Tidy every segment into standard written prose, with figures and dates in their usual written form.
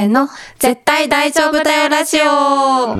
ーの、絶対大丈夫だよラジオ。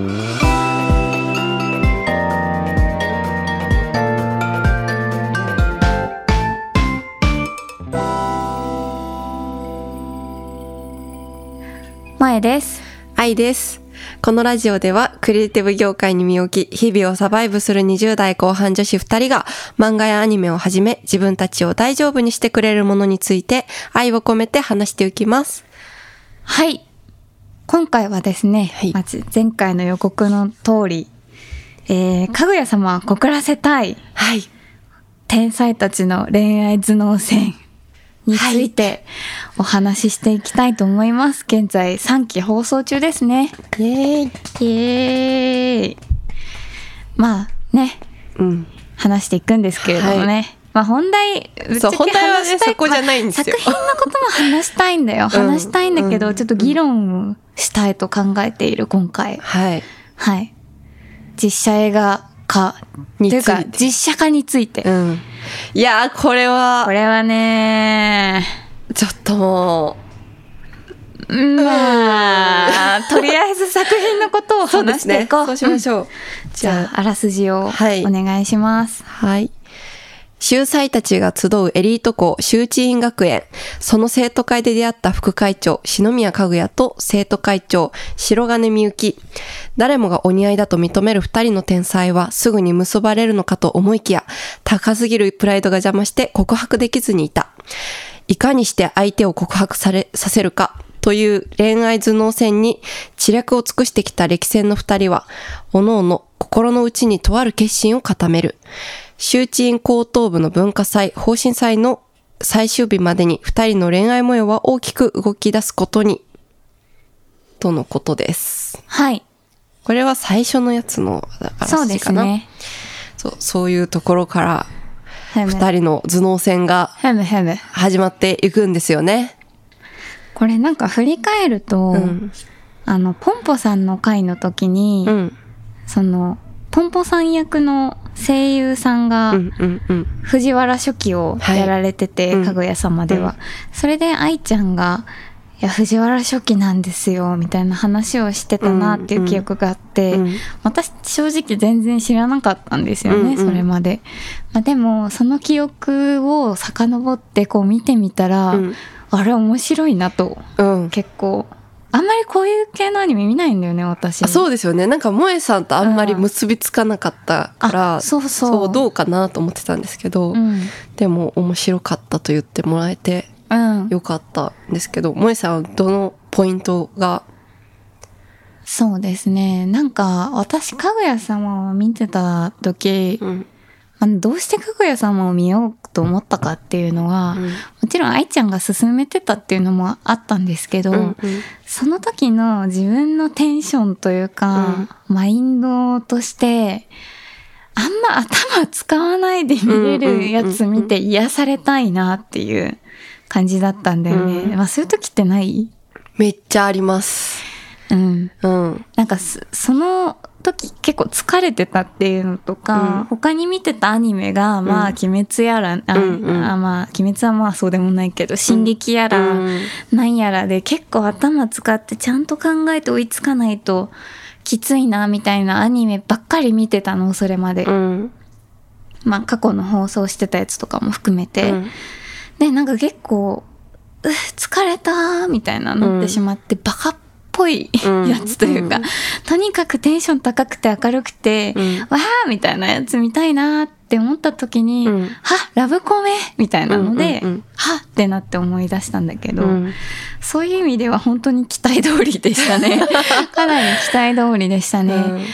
萌です。 愛です。このラジオではクリエイティブ業界に身を置き、日々をサバイブする20代後半女子2人が漫画やアニメをはじめ自分たちを大丈夫にしてくれるものについて愛を込めて話していきます。 はい。今回はですね、まず前回の予告の通り、かぐや様は告らせたい、天才たちの恋愛頭脳戦についてお話ししていきたいと思います。現在3期放送中ですね。 イエーイ。 イエーイ。まあね、話していくんですけれどもね。まあ本題、 本題はね、そこじゃないんですよ。 作品のことも話したいんだよ。話したいんだけど、ちょっと議論したいと考えている今回。はい。実写映画化というか実写化について。 いやー、これはね、 ちょっともう、 まあとりあえず作品のことを話していこう。 そうしましょう。 じゃああらすじをお願いします。 秀才たちが集うエリート校秀知院学園。その生徒会で出会った副会長篠宮かぐやと生徒会長白金みゆき。誰もがお似合いだと認める二人の天才はすぐに結ばれるのかと思いきや、高すぎるプライドが邪魔して告白できずにいた。いかにして相手を告白させるかという恋愛頭脳戦に知略を尽くしてきた歴戦の二人は、おのおの心の内にとある決心を固める。秀知院高等部の文化祭、方針祭の最終日までに二人の恋愛模様は大きく動き出すことに、とのことです。これは最初のやつのあらすじかな。そういうところから二人の頭脳戦が始まっていくんですよね。 これなんか振り返ると、ポンポさんの回の時に、そのポンポさん役の声優さんが藤原初期をやられてて、かぐや様では、それで愛ちゃんがいや藤原初期なんですよみたいな話をしてたなっていう記憶があって、私正直全然知らなかったんですよね、それまで。でもその記憶を遡ってこう見てみたら、あれ面白いなと、結構あんまりこういう系のアニメ見ないんだよね、私。 そうですよね。なんか萌えさんとあんまり結びつかなかったから、そうどうかなと思ってたんですけど、でも面白かったと言ってもらえてよかったんですけど、萌えさんはどのポイントが？ そうですね。なんか私かぐや様を見てた時、どうしてかぐや様を見ようと思ったかっていうのは、もちろん愛ちゃんが勧めてたっていうのもあったんですけど、その時の自分のテンションというか、マインドとしてあんま頭使わないで見れるやつ見て癒されたいなっていう感じだったんだよね。そういう時ってない？ めっちゃあります。 なんかその時結構疲れてたっていうのとか、他に見てたアニメがまあ鬼滅やら、まあ鬼滅はまあそうでもないけど、進撃やら、なんやらで結構頭使ってちゃんと考えて追いつかないときついなみたいなアニメばっかり見てたの、それまで。まあ過去の放送してたやつとかも含めて、でなんか結構疲れたみたいなのってしまって、バカっぽいやつというか、とにかくテンション高くて明るくて、わーみたいなやつ見たいなって思った時に、はラブコメみたいなので、はってなって思い出したんだけど、そういう意味では本当に期待通りでしたね。かなり期待通りでしたね。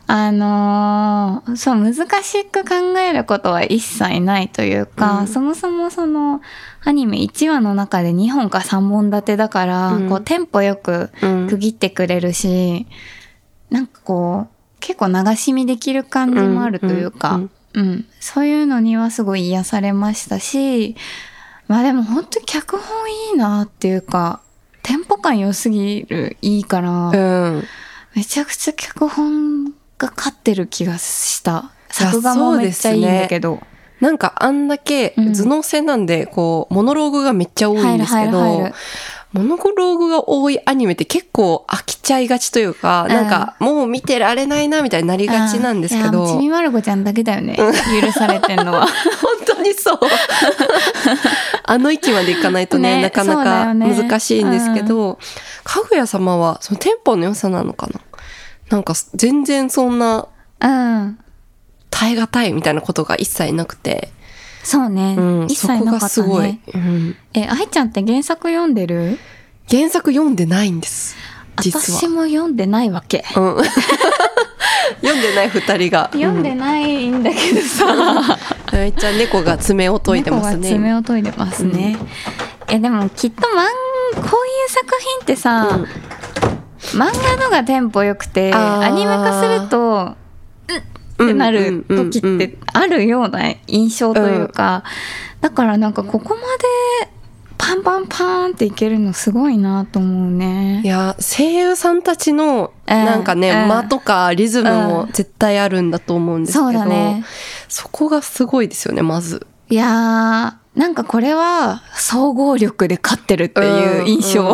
そう難しく考えることは一切ないというか、そもそもそのアニメ1話の中で2本か3本立てだから、こうテンポよく区切ってくれるし、なんかこう結構流し見できる感じもあるというか、そういうのにはすごい癒されましたし、まあでも本当に脚本いいなっていうか、テンポ感良すぎる、いいから、めちゃくちゃ脚本が勝ってる気がした。作画もめっちゃいいんだけど、 なんかあんだけ頭脳戦なんでこうモノローグがめっちゃ多いんですけど、 モノローグが多いアニメって結構飽きちゃいがちというか、なんかもう見てられないなみたいになりがちなんですけど。 ちびまる子ちゃんだけだよね。許されてんのは。 本当にそう。あの域までいかないとね、なかなか難しいんですけど、かぐや様はそのテンポの良さなのかな。なんか全然そんな、耐え難いみたいなことが一切なくて。 そうね。一切なかったね。そこがすごい。愛ちゃんって原作読んでる？ 原作読んでないんです。実は。 私も読んでないわけ。 読んでない二人が。 読んでないんだけどさ。 めっちゃ猫が爪を研いでますね。 猫が爪を研いでますね。でもきっとこういう作品ってさ、漫画のがテンポ良くて、アニメ化すると、ってなる時ってあるような印象というか、だからなんかここまでパンパンパーンっていけるのすごいなと思うね。 いや、声優さんたちのなんかね、間とかリズムも絶対あるんだと思うんですけど、そうだね、そこがすごいですよね、まず。 いやー、なんかこれは総合力で勝ってるっていう印象。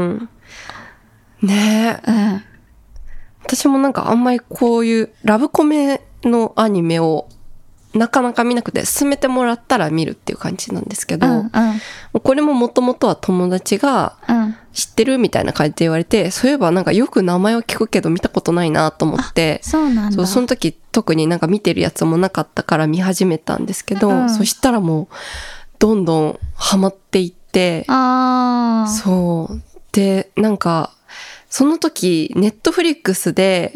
ねえ。私もなんかあんまりこういうラブコメのアニメをなかなか見なくて、勧めてもらったら見るっていう感じなんですけど、これももともとは友達が知ってるみたいな感じで言われて、そういえばなんかよく名前は聞くけど見たことないなと思って、 そうなんだ。 その時特になんか見てるやつもなかったから見始めたんですけど、そしたらもうどんどんハマっていって、そうで、なんかその時ネットフリックスで、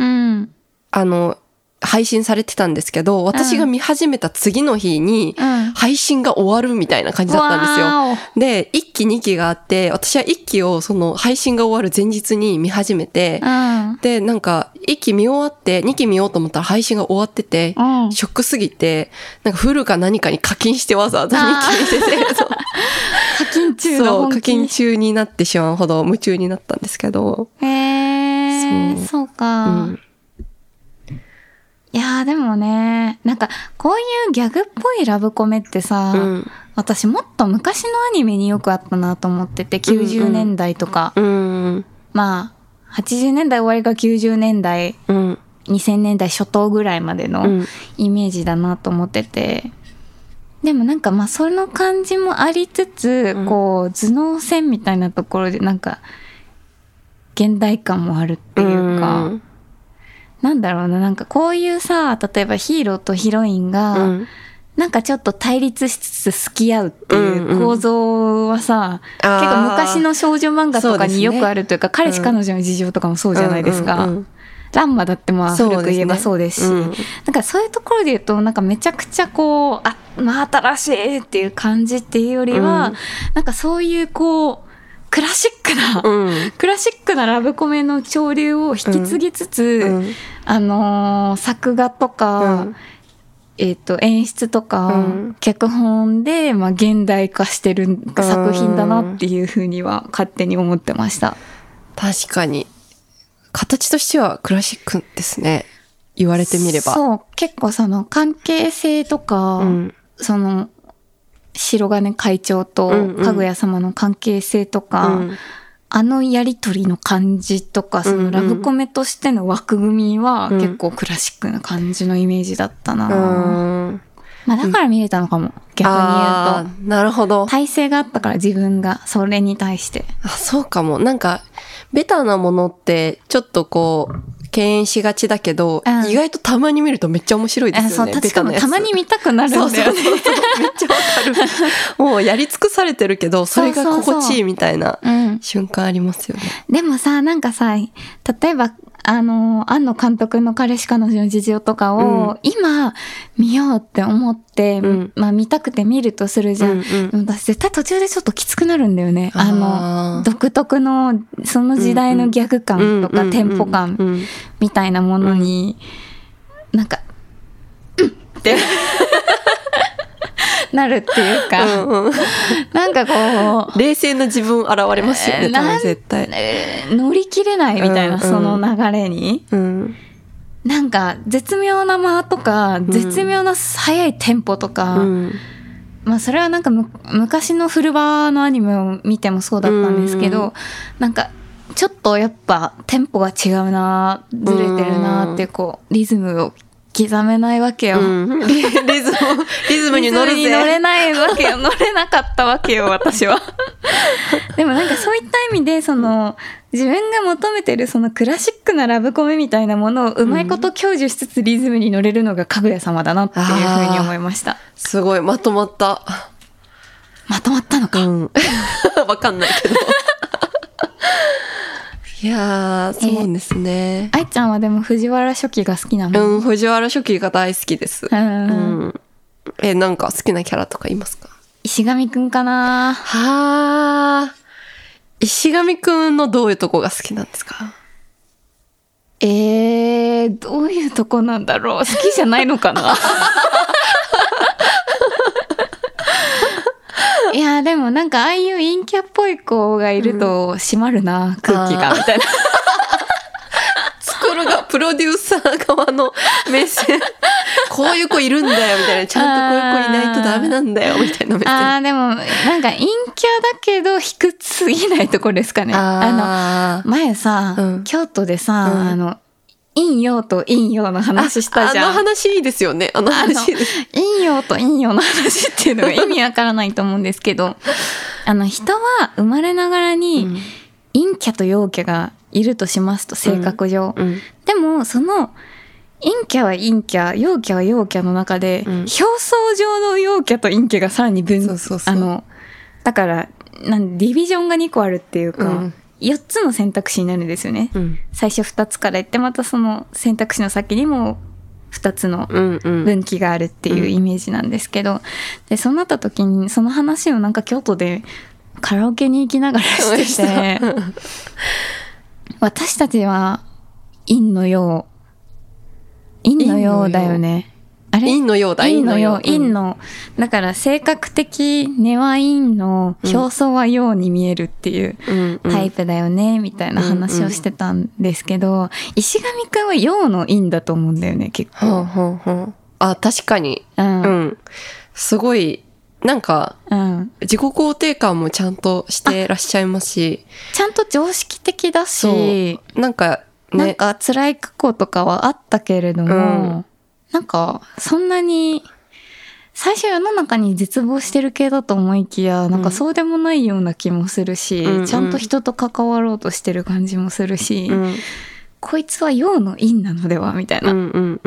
配信されてたんですけど、私が見始めた次の日に配信が終わるみたいな感じだったんですよ。で、1期2期があって、私は1期をその配信が終わる前日に見始めて、で、なんか1期見終わって2期見ようと思ったら配信が終わってて、ショックすぎて、なんかフルか何かに課金してわざわざ2期見てて、 課金中のそう、課金中になってしまうほど夢中になったんですけど。 そうか。いやーでもね、なんかこういうギャグっぽいラブコメってさ、私もっと昔のアニメによくあったなと思ってて、90年代とか、まあ80年代終わりから90年代、2000年代初頭ぐらいまでのイメージだなと思ってて、でもなんかまあその感じもありつつ、こう頭脳戦みたいなところでなんか現代感もあるっていうか、なんだろうな、なんかこういうさ、例えばヒーローとヒロインが、なんかちょっと対立しつつ好き合うっていう構造はさ、結構昔の少女漫画とかによくあるというか、彼氏彼女の事情とかもそうじゃないですか。ランマだってまあ古く言えばそうですし、なんかそういうところで言うと、なんかめちゃくちゃこう、まあ新しいっていう感じっていうよりは、なんかそういうこう、クラシックなラブコメの潮流を引き継ぎつつ、作画とか、演出とか、脚本で、まあ、現代化してる作品だなっていうふうには勝手に思ってました。 確かに。形としてはクラシックですね。言われてみれば。 そう、結構その関係性とか、その、白金会長とかぐや様の関係性とか、あのやりとりの感じとか、そのラブコメとしての枠組みは結構クラシックな感じのイメージだったな。まあだから見れたのかも、逆に言うと。 なるほど。 体制があったから自分がそれに対して。 そうかも。なんか、ベタなものってちょっとこう、敬遠しがちだけど、意外とたまに見るとめっちゃ面白いですよね。 確かにたまに見たくなるんだよね。 そうめっちゃわかる。もうやり尽くされてるけど、それが心地いいみたいな瞬間ありますよね。 でもさ、なんかさ、例えば、庵野監督の彼氏彼女の事情とかを、今見ようって思って、まあ見たくて見るとするじゃん。でも私絶対途中でちょっときつくなるんだよね。独特のその時代のギャグ感とかテンポ感みたいなものに、なんか、ってなるっていうか、なんかこう冷静な自分現れますよね、多分絶対乗り切れないみたいな、その流れに、なんか絶妙な間とか、絶妙な速いテンポとか、 まあそれはなんか昔のフルバのアニメを見てもそうだったんですけど、なんかちょっとやっぱテンポが違うな、ずれてるなってこうリズムを刻めないわけよ、 リズムに乗るぜ。 リズムに乗れないわけよ、乗れなかったわけよ私は。でもなんかそういった意味でその自分が求めてるそのクラシックなラブコメみたいなものをうまいこと享受しつつリズムに乗れるのがかぐや様だなっていうふうに思いました。 すごいまとまった。 まとまったのか、 わかんないけど。いやー、そうですね。 愛ちゃんはでも藤原初期が好きなの？ 藤原初期が大好きです。なんか好きなキャラとかいますか？ 石上くんかな。 はー。石上くんのどういうとこが好きなんですか？ どういうとこなんだろう。好きじゃないのかな。いやでもなんかああいう陰キャっぽい子がいると締まるな、空気がみたいな。 作るがプロデューサー側の目線。こういう子いるんだよみたいな、ちゃんとこういう子いないとダメなんだよみたいな目線。 でもなんか陰キャだけど低すぎないところですかね。前さ、京都でさ、陰陽と陰陽の話したじゃん。 あの話いいですよね。あの話です。 陰陽と陰陽の話っていうのが意味わからないと思うんですけど、人は生まれながらに陰キャと陽キャがいるとしますと、性格上。でもその陰キャは陰キャ、陽キャは陽キャの中で、表層上の陽キャと陰キャがさらにだからディビジョンが2個あるっていうか、4つの選択肢になるんですよね、最初2つから言ってまたその選択肢の先にも2つの分岐があるっていうイメージなんですけど、でそうなった時にその話をなんか京都でカラオケに行きながらしてて私たちは陰の陽だよね。あれ？陰の陽だ。陰の。だから性格的根は陰の、表層は陽に見えるっていうタイプだよね、みたいな話をしてたんですけど、石上くんは陽の陰だと思うんだよね、結構。 確かに。すごい、なんか、自己肯定感もちゃんとしてらっしゃいますし。 ちゃんと常識的だし、なんか辛い過去とかはあったけれども、なんかそんなに最初世の中に絶望してる系だと思いきや、なんかそうでもないような気もするし、ちゃんと人と関わろうとしてる感じもするし、こいつは陽の陰なのではみたいな。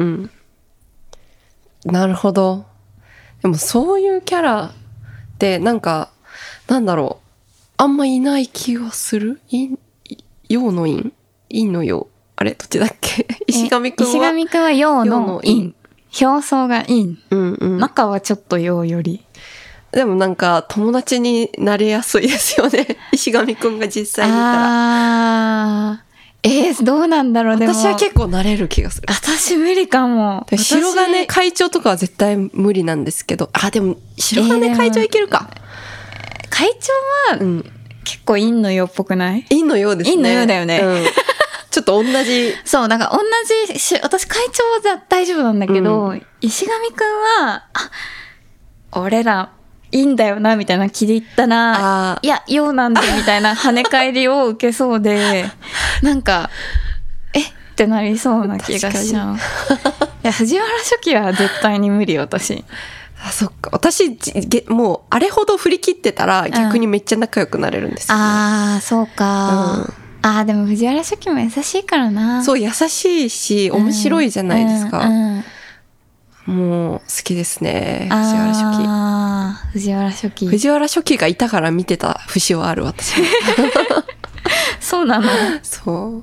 なるほど。でもそういうキャラってなんかなんだろう、あんまいない気がする。陽の陰、陰の陽。あれどっちだっけ？石上くんは陽の陰。表層が陰。中はちょっと陽より。 でもなんか友達になれやすいですよね。石上くんが実際にいたら。 どうなんだろう。でも私は結構なれる気がする。 私無理かも。 白金会長とかは絶対無理なんですけど。でも白金会長いけるか。 会長は、結構陰の陽っぽくない？ 陰の陽ですね。 陰の陽だよね。 ちょっと同じ。 そう、なんか同じ私会長は大丈夫なんだけど、石上くんは、俺らいいんだよなみたいな気で言ったら、いや陽なんでみたいな跳ね返りを受けそうで、なんかってなりそうな気がしちゃう。いや藤原初期は絶対に無理、私。 そっか。私もうあれほど振り切ってたら逆にめっちゃ仲良くなれるんですよね。 そうか。でも藤原初期も優しいからな。 そう、優しいし面白いじゃないですか。もう好きですね、藤原初期。藤原初期がいたから見てた節はある、私。 そうなの？ そう。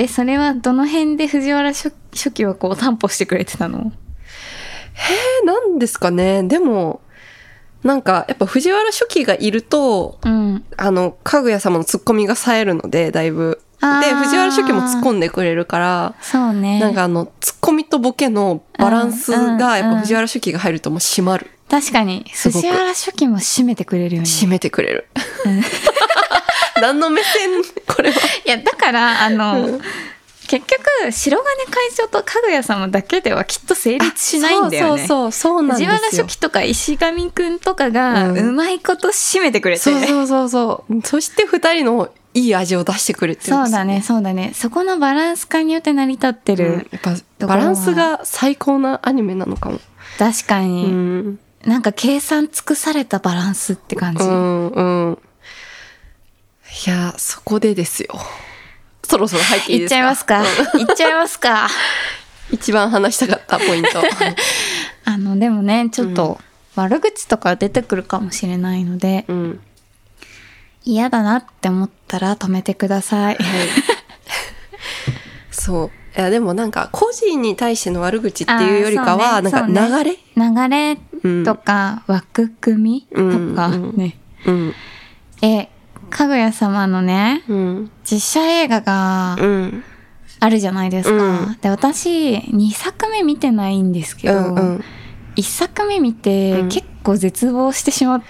それはどの辺で藤原初期はこう担保してくれてたの？ なんですかね。でもなんかやっぱ藤原初期がいると、かぐや様のツッコミが冴えるので、だいぶ。で藤原初期も突っ込んでくれるから、 そうね。 なんかツッコミとボケのバランスがやっぱ藤原初期が入るともう締まる。 確かに藤原初期も締めてくれるよね。 締めてくれる。何の目線これは。 いやだから結局白金会長とかぐや様だけではきっと成立しないんだよね。 そうなんですよ。 藤原初期とか石上くんとかがうまいこと締めてくれて、 そうそして2人のいい味を出してくれてるんですよね。 そうだね。そこのバランス感によって成り立ってる、 やっぱバランスが最高なアニメなのかも。 確かに、なんか計算尽くされたバランスって感じ。 いやそこでですよ。そろそろ入っていいですか？ いっちゃいますか。いっちゃいますか。 一番話したかったポイント。 でもね、ちょっと悪口とか出てくるかもしれないので、嫌だなって思ったら止めてください。 そう。いやでもなんか個人に対しての悪口っていうよりかは、なんか流れとか枠組みとかね。かぐや様のね、実写映画があるじゃないですか。で、私2作目見てないんですけど、1作目見て結構絶望してしまって、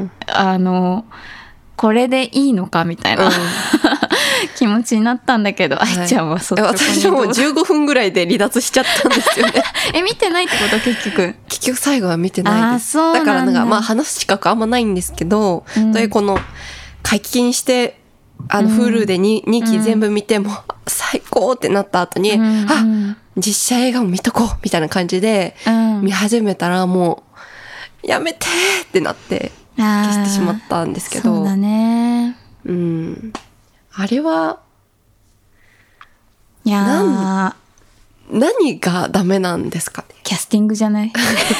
これでいいのかみたいな、気持ちになったんだけど、愛ちゃんは私も15分ぐらいで離脱しちゃったんですよね。 見てないってこと結局最後は見てないです。だからなんかまあ話す資格あんまないんですけど、この解禁してHulu で 2期全部見ても最高ってなった後に、実写映画も見とこうみたいな感じで見始めたらもうやめてってなって消してしまったんですけど。 そうだね。 あれは、 いや何がダメなんですかね。 キャスティングじゃない？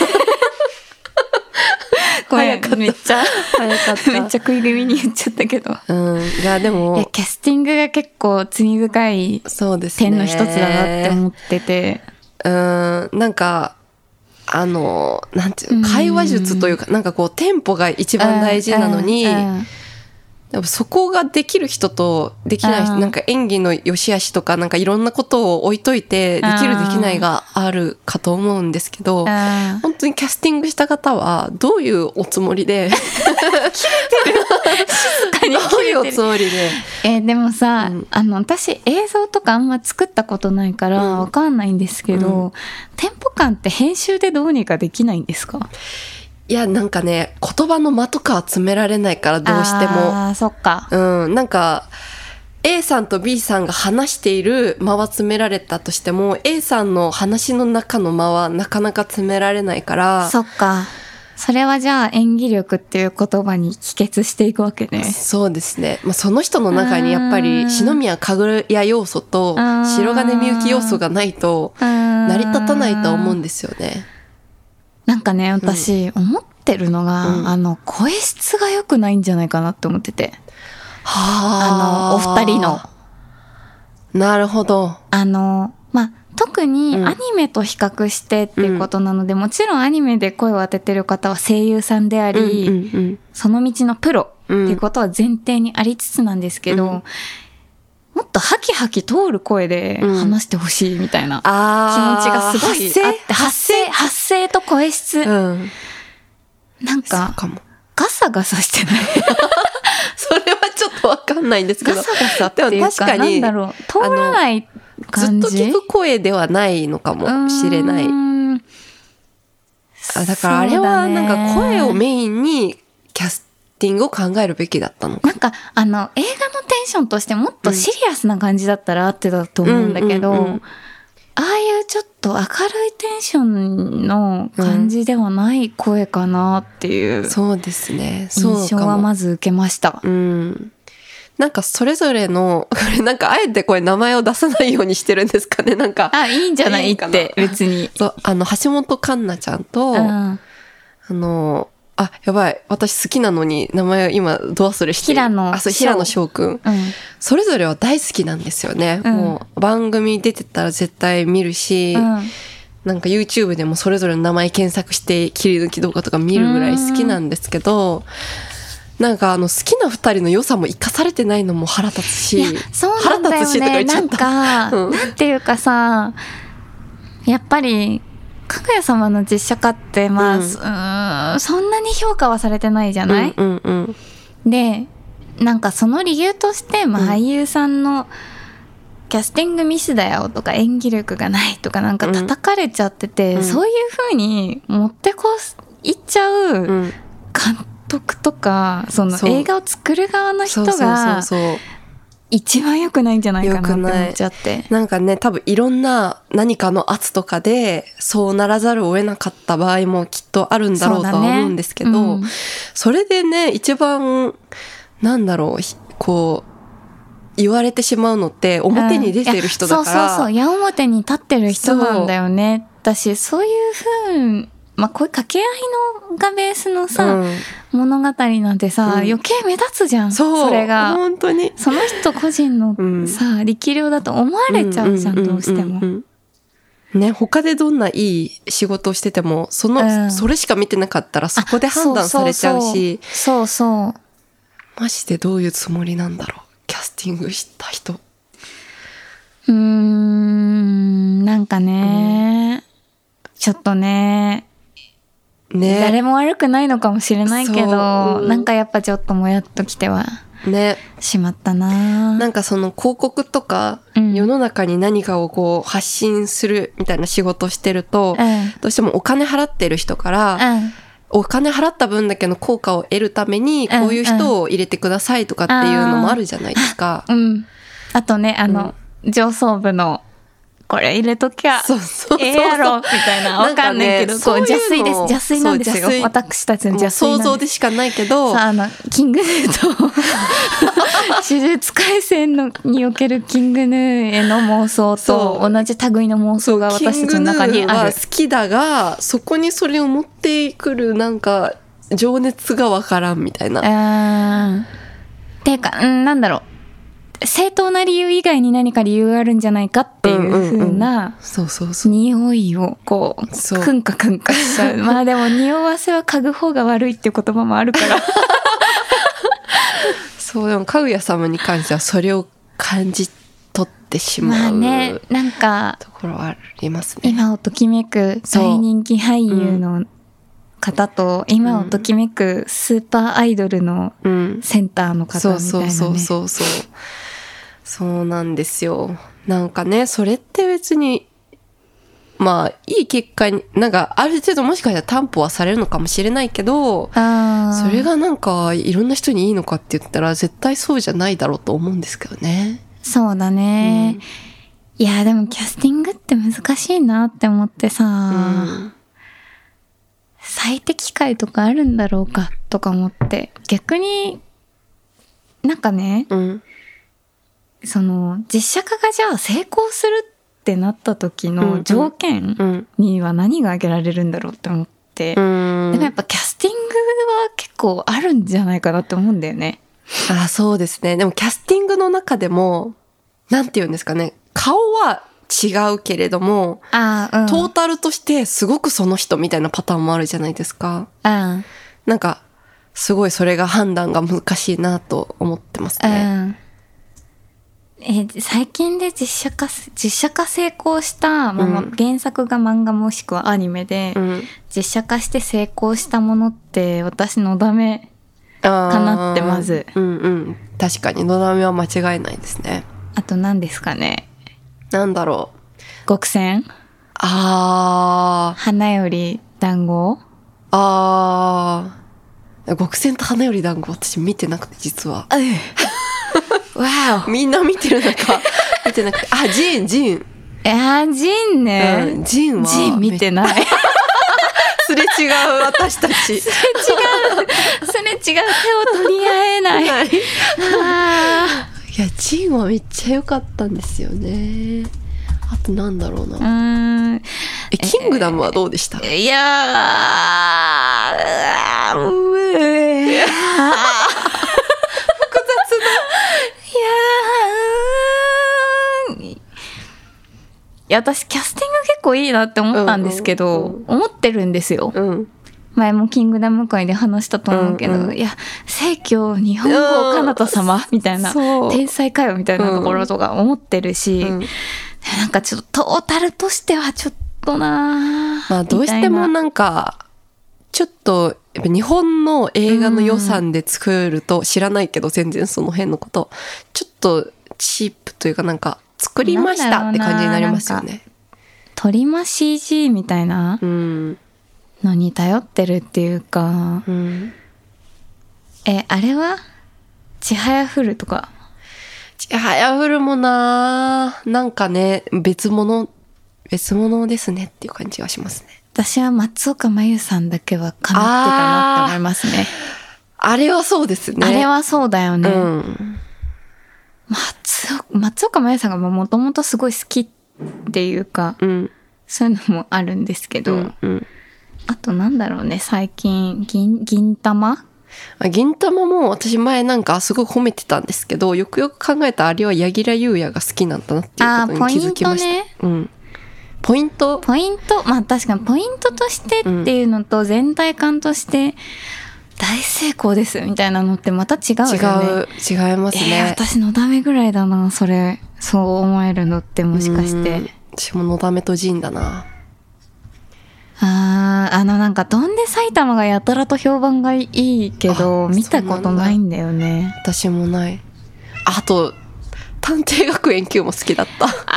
これめっちゃ食い気味に言っちゃったけど。 いやでもキャスティングが結構罪深い点の一つだなって思ってて。 なんかなんていうの、会話術というか、なんかこうテンポが一番大事なのに、でもそこができる人とできない人、なんか演技の良し悪しとか、なんかいろんなことを置いといて、できるできないがあるかと思うんですけど、本当にキャスティングした方はどういうおつもりで切れてる静かに切れてる。どういうおつもりででもさ、私映像とかあんま作ったことないからわかんないんですけど、テンポ感って編集でどうにかできないんですか？ いや、なんかね、言葉の間とかは詰められないから、どうしても。 そっか。 なんか、A さんと B さんが話している間は詰められたとしても、A さんの話の中の間はなかなか詰められないから。 そっか。それはじゃあ演技力っていう言葉に帰結していくわけね。 そうですね。その人の中にやっぱり篠宮かぐや要素と白金みゆき要素がないと成り立たないと思うんですよね。 なんかね、私思ってるのが、声質が良くないんじゃないかなって思ってて。お二人の。 なるほど。 特にアニメと比較してっていうことなので、もちろんアニメで声を当ててる方は声優さんであり、その道のプロっていうことは前提にありつつなんですけど、もっとハキハキ通る声で話してほしいみたいな気持ちがすごいあって、発声と声質、なんかガサガサしてないそれはちょっとわかんないんですけど、 ガサガサっていうか、なんだろう、通らない感じ、 ずっと聞く声ではないのかもしれない。だからあれはなんか声をメインにキャスティングを考えるべきだったのか。 なんか映画のテンションとしてもっとシリアスな感じだったら合ってたと思うんだけど、ああいうちょっと明るいテンションの感じではない声かなっていう、 そうですね。 印象はまず受けました。 なんかそれぞれの、これなんかあえてこれ名前を出さないようにしてるんですかね、なんか。 いいんじゃないって別に。 そう、橋本環奈ちゃんと、やばい。私好きなのに名前今ど忘れして平野翔くん。それぞれは大好きなんですよね。もう番組出てたら絶対見るし、なんか YouTube でもそれぞれの名前検索して切り抜き動画とか見るぐらい好きなんですけど、なんか好きな二人の良さも生かされてないのも腹立つし、 そうなんだよね。なんか、なんていうかさ、やっぱりかぐや様の実写化ってそんなに評価はされてないじゃない？で、なんかその理由として、俳優さんのキャスティングミスだよとか演技力がないとかなんか叩かれちゃってて、そういう風に持っていっちゃう監督とかその映画を作る側の人が一番良くないんじゃないかなって思っちゃって。 なんかね、多分いろんな何かの圧とかでそうならざるを得なかった場合もきっとあるんだろうとは思うんですけど、それでね、一番なんだろう、こう言われてしまうのって表に出てる人だから、 そう矢面に立ってる人なんだよね。私そういうこういう掛け合いのがベースのさ、物語なんてさ、余計目立つじゃん。それが本当にその人個人のさ、力量だと思われちゃうじゃん、どうしても。 ね、他でどんないい仕事をしててもそれしか見てなかったらそこで判断されちゃうし、マジでどういうつもりなんだろう、キャスティングした人。 なんかね、ちょっとね、誰も悪くないのかもしれないけど、なんかやっぱちょっともやっときてはしまったな。 なんかその広告とか、世の中に何かをこう発信するみたいな仕事をしてると、どうしてもお金払ってる人から、お金払った分だけの効果を得るためにこういう人を入れてくださいとかっていうのもあるじゃないですか。 あとね、上層部のこれ入れときゃええやろみたいな、わかんないけど、こう邪推です。邪推なんですよ。私たちの邪推なんです。 想像でしかないけど、 キングヌーと呪術廻戦におけるキングヌーへの妄想と同じ類の妄想が私たちの中にある。キングヌーは好きだが、そこにそれを持ってくるなんか情熱がわからんみたいな。 ていうか、なんだろう。正当な理由以外に何か理由があるんじゃないかっていう風な匂いをこうくんかくんかしちゃう。まあでも匂わせは嗅ぐ方が悪いっていう言葉もあるからそう、でもかぐや様に関してはそれを感じ取ってしまう、 ね、なんかところはありますね。 今をときめく大人気俳優の方と、今をときめくスーパーアイドルのセンターの方みたいなね。 そうなんですよ。なんかね、それって別にまあいい結果になんかある程度もしかしたら担保はされるのかもしれないけど、それがなんかいろんな人にいいのかって言ったら絶対そうじゃないだろうと思うんですけどね。 そうだね、いやでもキャスティングって難しいなって思ってさ、最適解とかあるんだろうかとか思って、逆になんかね、その実写化がじゃあ成功するってなった時の条件には何が挙げられるんだろうって思って、でもやっぱキャスティングは結構あるんじゃないかなって思うんだよね。 そうですね。でもキャスティングの中でもなんて言うんですかね、顔は違うけれども、トータルとしてすごくその人みたいなパターンもあるじゃないですか。なんかすごいそれが判断が難しいなと思ってますね。 最近で実写化成功した、原作が漫画もしくはアニメで、実写化して成功したものって私のダメかなってまず。 確かにのだめは間違いないですね。 あと何ですかね。 なんだろう。 極戦？花より団子？ 極戦と花より団子私見てなくて実は。 わお。 みんな見てるのか見てなくて。ジン。 ジンね。 ジン見てない。 すれ違う私たち。 すれ違う手を取り合えない。いやジンはめっちゃ良かったんですよね。あとなんだろうな。キングダムはどうでした？ いや私キャスティング結構いいなって思ったんですけど、思ってるんですよ、前もキングダム会で話したと思うけど、いや正教日本語彼方様みたいな、天才かよみたいなところとか思ってるし、なんかちょっとトータルとしてはちょっとな、 どうしてもなんかちょっとやっぱ日本の映画の予算で作ると、知らないけど全然その辺のことちょっとチープというかなんか作りましたって感じになりますよね。 トリマ CG みたいなのに頼ってるっていうか、うん、あれはちはやふるとか。 ちはやふるもなんかね、別物ですねっていう感じがしますね。 私は松岡茉優さんだけはかなってたなって思いますね。 あれはそうですね。 あれはそうだよね。うん、松岡茉優さんがもともとすごい好きっていうか、うん、そういうのもあるんですけど、うんうん、あとなんだろうね、最近銀玉も私前なんかすごい褒めてたんですけど、よくよく考えたらあれは柳楽優弥が好きなんだなっていうことに気づきました。ポイント、まあ確かにポイントとしてっていうのと全体感として大成功ですみたいなのってまた違うよね。違いますね。 私のだめぐらいだな、それ、そう思えるのって。もしかして私ものだめとジンだな。 なんか飛んで埼玉がやたらと評判がいいけど見たことないんだよね。 私もない。あと探偵学園 Q も好きだった。 懐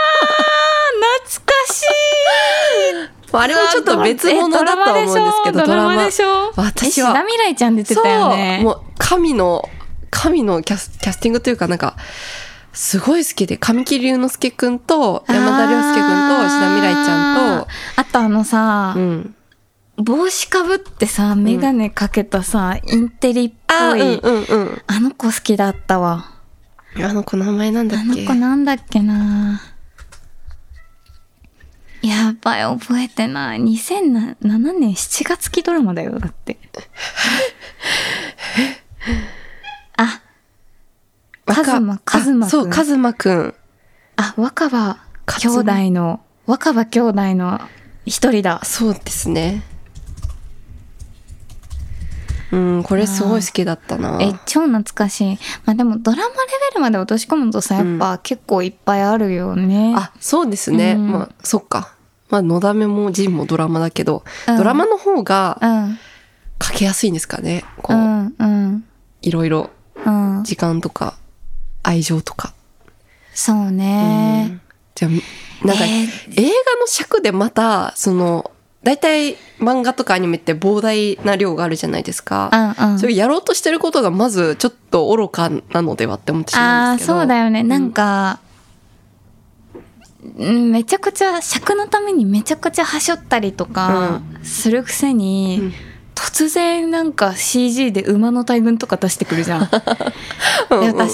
かしい。 あれはちょっと別物だと思うんですけど、 ドラマでしょ。 私は志田未来ちゃん出てたよね。 もう神のキャスティングというか、なんかすごい好きで、神木隆之介くんと山田涼介くんと志田未来ちゃんと、 あとさ、うん、帽子かぶってさ眼鏡かけたさ、インテリっぽい、あの子好きだったわ。 あの子名前なんだっけ。 あの子なんだっけな。やばい、覚えてない。2007年7月期ドラマだよ、だってカズマくん。 そう、カズマくん。 若葉兄弟の一人だ。 そうですね。これすごい好きだったな。 超懐かしい。まあでもドラマレベルまで落とし込むとさ、やっぱ結構いっぱいあるよね。 そうですね。まあそっか。まあのだめもジンもドラマだけど、ドラマの方が書けやすいんですかね。こう、いろいろ時間とか愛情とか。 そうね。 じゃあなんか映画の尺でまた大体漫画とかアニメって膨大な量があるじゃないですか。それやろうとしてることがまずちょっと愚かなのではって思ってしまうんですけど。 そうだよね。なんか、めちゃくちゃ尺のためにめちゃくちゃはしょったりとかするくせに、突然なんか CG で馬の大群とか出してくるじゃん。で私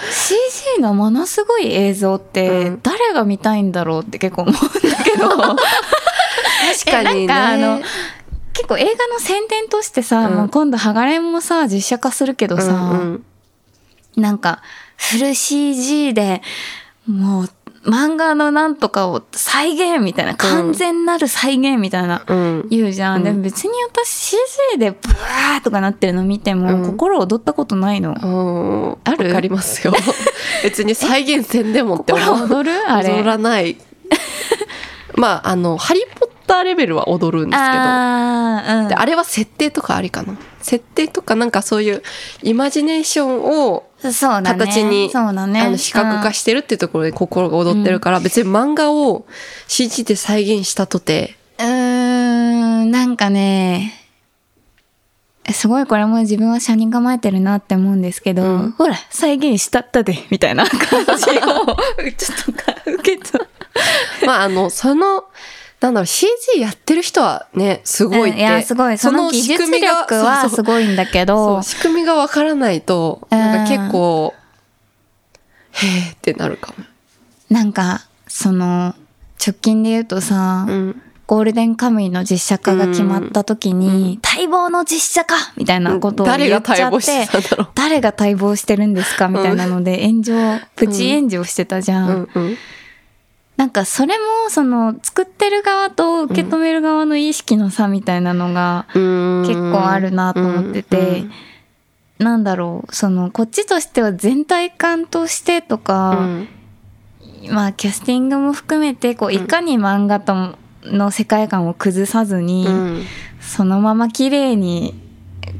CG のものすごい映像って誰が見たいんだろうって結構思うんだけど確かにね。 なんか結構映画の宣伝としてさ、もう今度ハガレンもさ実写化するけどさ、なんかフル CG でもう漫画のなんとかを再現みたいな、完全なる再現みたいな言うじゃん。でも別に私 CG でブワーとかなってるの見ても心躍ったことないの。ある？ わかりますよ。別に再現せんでもって思う。 心躍る？あれ踊らない。まあハリーポッターレベルは踊るんですけど、であれは設定とかありかな。設定とかなんかそういうイマジネーションを形に視覚化してるっていうところで心が踊ってるから、別に漫画を CG で再現したとて、 なんかね、すごいこれも自分は車に構えてるなって思うんですけど、ほら再現したったでみたいな感じをちょっと受けた。 まあなんだろう、CG やってる人はねすごいって、 いやすごい、その技術力はすごいんだけど、 仕組みがわからないとなんか結構へーってなるかも。 なんか直近で言うとさ、ゴールデンカムイの実写化が決まった時に、待望の実写化みたいなことを言っちゃって、誰が待望してるんですかみたいなのでプチ炎上してたじゃん。なんかそれも作ってる側と受け止める側の意識の差みたいなのが結構あるなと思ってて、なんだろう、こっちとしては全体感としてとか、まあキャスティングも含めていかに漫画との世界観を崩さずに、そのまま綺麗に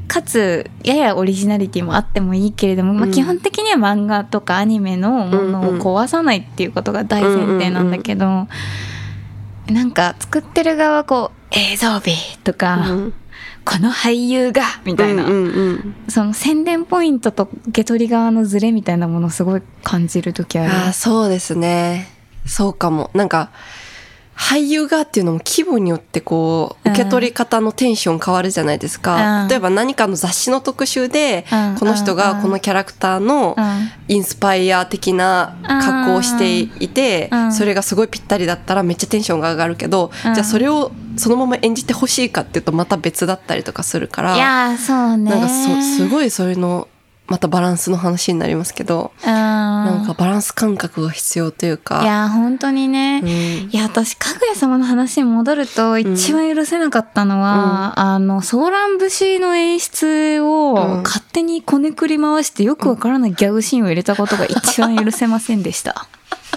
かつややオリジナリティもあってもいいけれども、まあ、基本的には漫画とかアニメのものを壊さないっていうことが大前提なんだけど、なんか作ってる側はこう映像美とか、この俳優がみたいな、その宣伝ポイントと受け取り側のズレみたいなものをすごい感じる時ある。 あ、そうですね。そうかも。なんか俳優がっていうのも規模によってこう受け取り方のテンション変わるじゃないですか。例えば何かの雑誌の特集でこの人がこのキャラクターのインスパイア的な格好をしていて、それがすごいぴったりだったらめっちゃテンションが上がるけど、じゃあそれをそのまま演じてほしいかっていうとまた別だったりとかするから、 いやそうね、 なんかすごいそういうのまたバランスの話になりますけど、なんかバランス感覚が必要というか。 いや本当にね、いや私かぐや様の話に戻ると一番許せなかったのは、ソーラン節の演出を勝手にこねくり回してよくわからないギャグシーンを入れたことが一番許せませんでした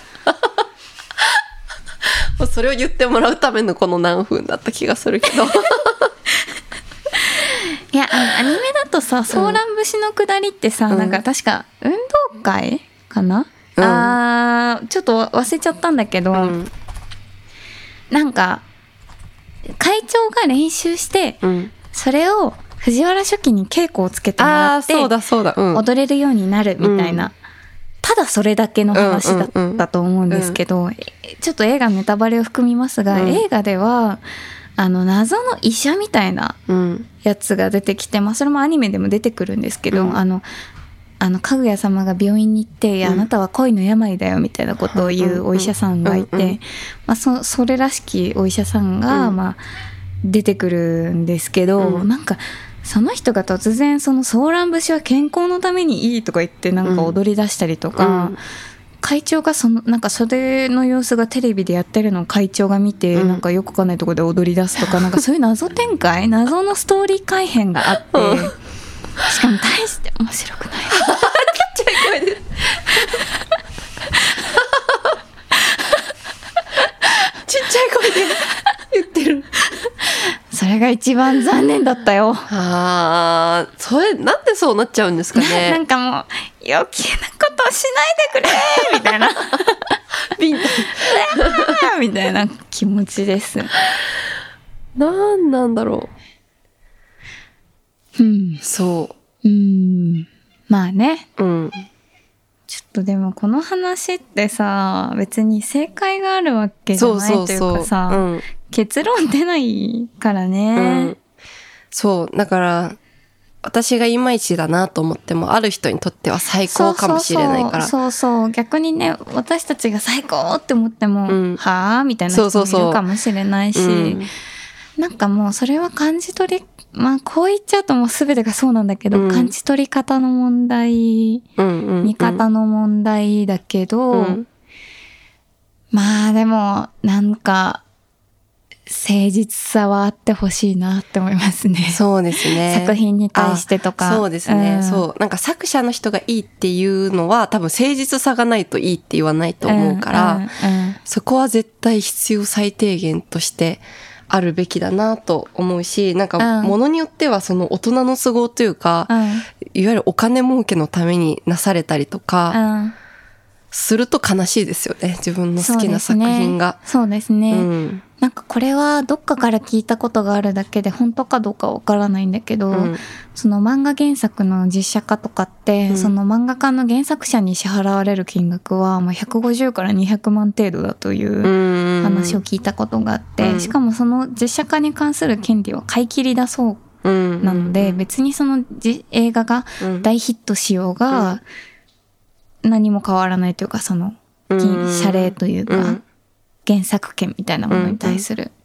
それを言ってもらうためのこの何分だった気がするけどいやアニメだとさ、ソーラン節のくだりってさ、なんか確か運動会かな、ちょっと忘れちゃったんだけど、なんか会長が練習して、それを藤原書記に稽古をつけてもらって踊れるようになるみたいな、ただそれだけの話だったと思うんですけど、ちょっと映画のネタバレを含みますが、映画では謎の医者みたいなやつが出てきて、まあそれもアニメでも出てくるんですけど、かぐや様が病院に行って、あなたは恋の病だよみたいなことを言うお医者さんがいて、まあそれらしきお医者さんがまあ出てくるんですけど、なんかその人が突然そのソーラン節は健康のためにいいとか言ってなんか踊り出したりとか、会長がなんか袖の様子がテレビでやってるのを会長が見て、なんかよくわかんないところで踊り出すとか、なんかそういう謎展開謎のストーリー改変があって、しかも大して面白くないちっちゃい声でちっちゃい声で言ってるそれが一番残念だったよ。 それなんでそうなっちゃうんですかね。 なんかもう余計なことをしないでくれみたいなビンみたいな気持ちです。 なんだろう。そう。 まあね。ちょっとでもこの話ってさ、別に正解があるわけじゃないというかさ、結論出ないからね。 そうだから私がいまいちだなと思っても、ある人にとっては最高かもしれないから。 そう逆にね、私たちが最高って思っても、はあみたいな人もいるかもしれないし、なんかもうそれは感じ取り、まあこう言っちゃうともう全てがそうなんだけど、感じ取り方の問題、見方の問題だけど、まあでもなんか誠実さはあってほしいなって思いますね。 そうですね。 作品に対してとか。 そうですね。なんか作者の人がいいっていうのは多分誠実さがないといいって言わないと思うから、そこは絶対必要最低限としてあるべきだなと思うし、なんか物によってはその大人の都合というか、いわゆるお金儲けのためになされたりとかすると悲しいですよね。自分の好きな作品が。 そうですね。なんかこれはどっかから聞いたことがあるだけで本当かどうかわからないんだけど、その漫画原作の実写化とかって、その漫画家の原作者に支払われる金額はまあ150から200万程度だという話を聞いたことがあって、しかもその実写化に関する権利は買い切りだそうなので、別にその映画が大ヒットしようが何も変わらないというか、その謝礼というか原作権みたいなものに対する、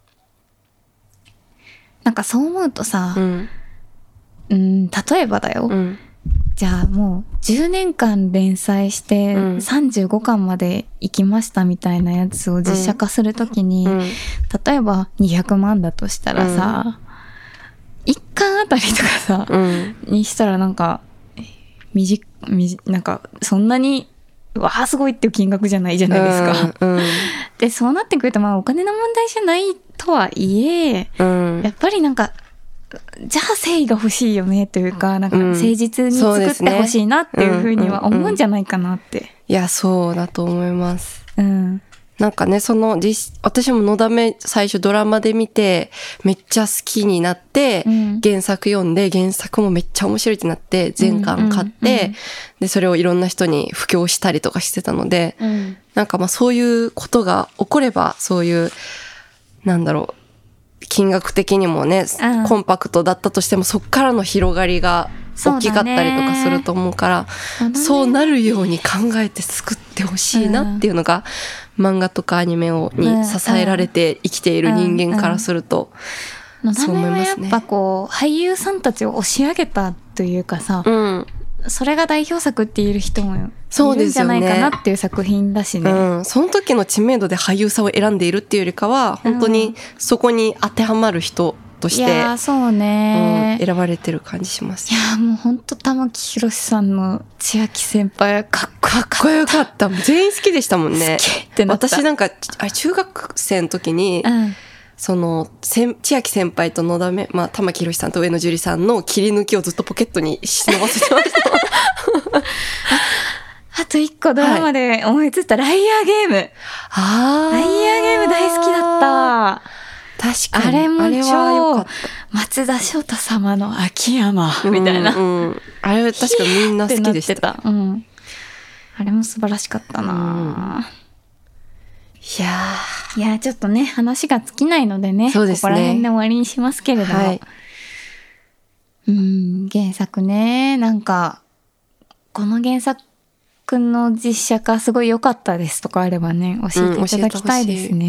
なんかそう思うとさ、例えばだよ、じゃあもう10年間連載して35巻まで行きましたみたいなやつを実写化するときに、例えば200万だとしたらさ、1巻あたりとかさ、にしたらなんかなんかそんなにわあすごいっていう金額じゃないじゃないですか。でそうなってくると、まあお金の問題じゃないとはいえ、やっぱりなんかじゃあ誠意が欲しいよねというか、なんか誠実に作ってほしいなっていうふうには思うんじゃないかなって。 いや、そうだと思います。 うん。 なんかね、私ものだめ最初ドラマで見て、めっちゃ好きになって、原作読んで、原作もめっちゃ面白いってなって、全巻買って、で、それをいろんな人に布教したりとかしてたので、なんかまあそういうことが起これば、そういう、なんだろう、金額的にもね、コンパクトだったとしても、そっからの広がりが大きかったりとかすると思うから、そうなるように考えて作ってほしいなっていうのが、漫画とかアニメに支えられて生きている人間からすると、そう思いますね。 やっぱこう俳優さんたちを押し上げたというかさ、それが代表作って言える人もいるんじゃないかなっていう作品だしね。 その時の知名度で俳優さんを選んでいるっていうよりかは、本当にそこに当てはまる人として、 そうね、 選ばれてる感じします。 いやもう本当玉木宏さんの千秋先輩はかっこよかった。 全員好きでしたもんね。 好きってなった。 私なんか中学生の時に、その千秋先輩とのだめ、まあ玉木宏さんと上野樹里さんの切り抜きをずっとポケットに忍ばせてました。 あと一個ドラマで思いついたライアーゲーム。ライアーゲーム大好きだった。 確かに。 あれも超松田翔太様の秋山みたいな。 あれ確かみんな好きでした。 あれも素晴らしかったな。 いやちょっとね話が尽きないのでね、ここら辺で終わりにしますけれども、原作ね、なんかこの原作の実写化すごい良かったですとかあればね教えていただきたいですね。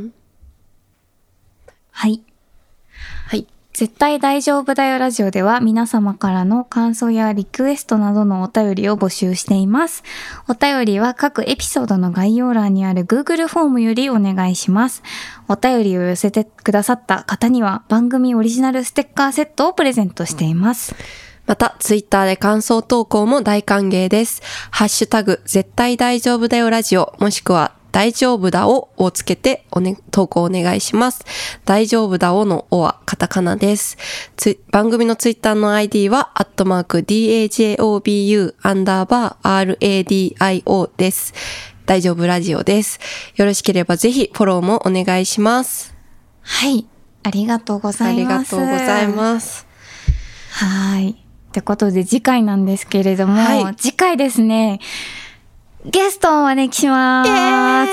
はい。絶対大丈夫だよラジオでは皆様からの感想やリクエストなどのお便りを募集しています。お便りは各エピソードの概要欄にある Google フォームよりお願いします。お便りを寄せてくださった方には番組オリジナルステッカーセットをプレゼントしています。 また、ツイッターで感想投稿も大歓迎です。ハッシュタグ、絶対大丈夫だよラジオ、もしくは、大丈夫だをつけて投稿お願いします。大丈夫だをのおはカタカナです。番組のツイッターの ID は、@DAJOBU_RADIO です。大丈夫ラジオです。よろしければぜひフォローもお願いします。 はい。ありがとうございます。 ありがとうございます。 はい。ってことで次回なんですけれども、次回ですね、ゲストをお招きします。バ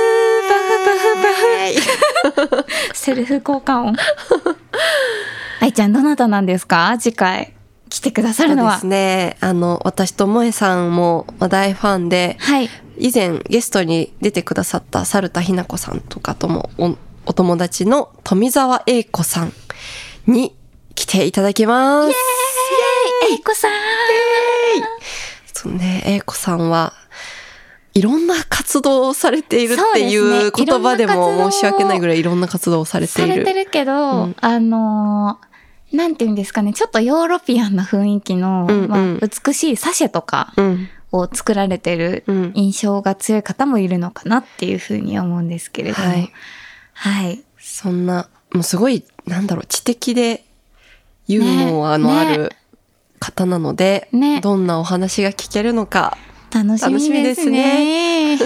フバフバフ。セルフ交換音。愛ちゃんどなたなんですか？次回来てくださるのは。 そうですね。私と萌さんも大ファンで、以前ゲストに出てくださった猿田ひな子さんとかともお友達の富澤英子さんに来ていただきます。イエーイ！英子さん。 そうね、英子さんはいろんな活動をされているっていう言葉でも申し訳ないぐらいいろんな活動をされている。 されてるけど、なんていうんですかね、ちょっとヨーロピアンな雰囲気の、美しいサシェとかを作られてる印象が強い方もいるのかなっていうふうに思うんですけれども。 そんな、もうすごい、知的でユーモアのある方なので、どんなお話が聞けるのか、 楽しみですね。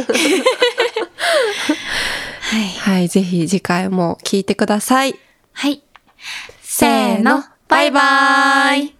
はい、ぜひ次回も聞いてください。 はい。せーの、バイバーイ。